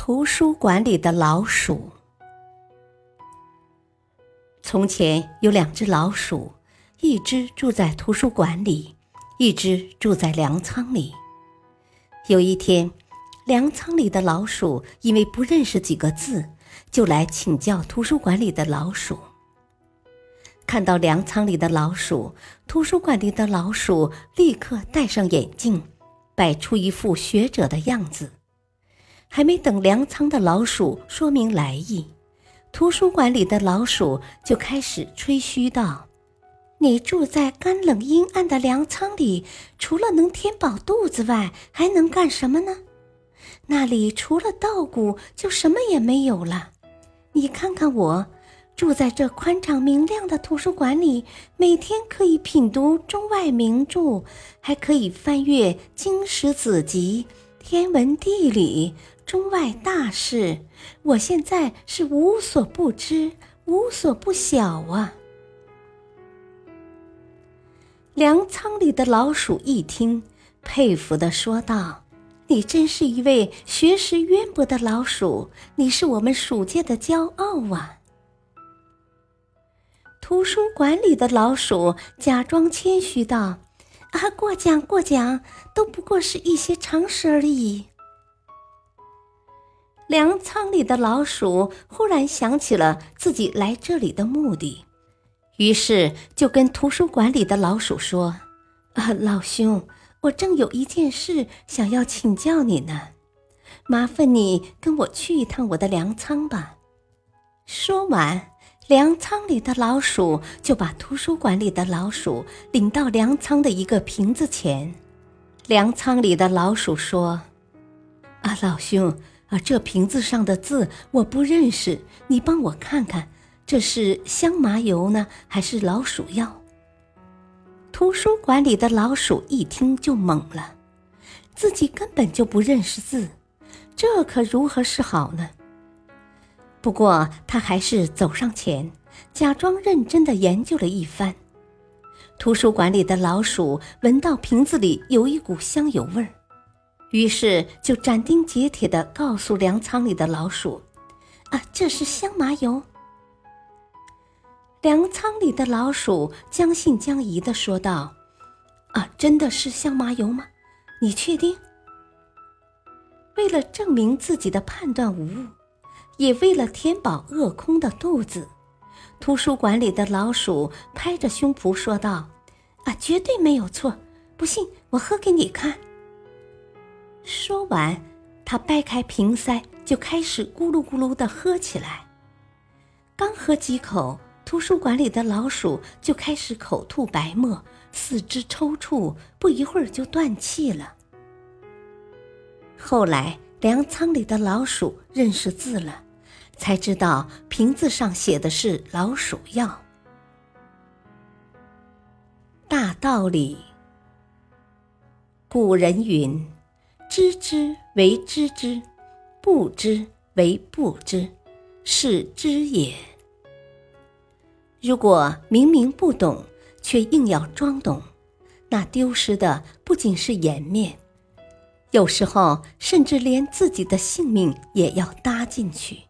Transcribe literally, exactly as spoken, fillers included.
图书馆里的老鼠。从前有两只老鼠，一只住在图书馆里，一只住在粮仓里。有一天，粮仓里的老鼠因为不认识几个字，就来请教图书馆里的老鼠。看到粮仓里的老鼠，图书馆里的老鼠立刻戴上眼镜，摆出一副学者的样子。还没等粮仓的老鼠说明来意，图书馆里的老鼠就开始吹嘘道：你住在干冷阴暗的粮仓里，除了能填饱肚子外，还能干什么呢？那里除了稻谷就什么也没有了。你看看我，住在这宽敞明亮的图书馆里，每天可以品读中外名著，还可以翻阅经史子集、天文地理、中外大事。我现在是无所不知，无所不晓啊！粮仓里的老鼠一听，佩服地说道：你真是一位学识渊博的老鼠，你是我们鼠界的骄傲啊！图书馆里的老鼠假装谦虚道：啊，过奖过奖，都不过是一些常识而已。粮仓里的老鼠忽然想起了自己来这里的目的，于是就跟图书馆里的老鼠说：啊，老兄，我正有一件事想要请教你呢，麻烦你跟我去一趟我的粮仓吧。说完，粮仓里的老鼠就把图书馆里的老鼠领到粮仓的一个瓶子前。粮仓里的老鼠说：啊，老兄啊，这瓶子上的字我不认识，你帮我看看，这是香麻油呢，还是老鼠药？图书馆里的老鼠一听就懵了，自己根本就不认识字，这可如何是好呢？不过他还是走上前，假装认真地研究了一番。图书馆里的老鼠闻到瓶子里有一股香油味儿，于是就斩钉截铁地告诉粮仓里的老鼠：啊，这是香麻油。粮仓里的老鼠将信将疑地说道：啊，真的是香麻油吗？你确定？为了证明自己的判断无误，也为了填饱饿空的肚子，图书馆里的老鼠拍着胸脯说道：啊，绝对没有错，不信我喝给你看。说完，他掰开瓶塞就开始咕噜咕噜地喝起来。刚喝几口，图书馆里的老鼠就开始口吐白沫，四肢抽搐，不一会儿就断气了。后来粮仓里的老鼠认识字了，才知道瓶子上写的是老鼠药。大道理，古人云：知之为知之，不知为不知，是知也。如果明明不懂，却硬要装懂，那丢失的不仅是颜面，有时候甚至连自己的性命也要搭进去。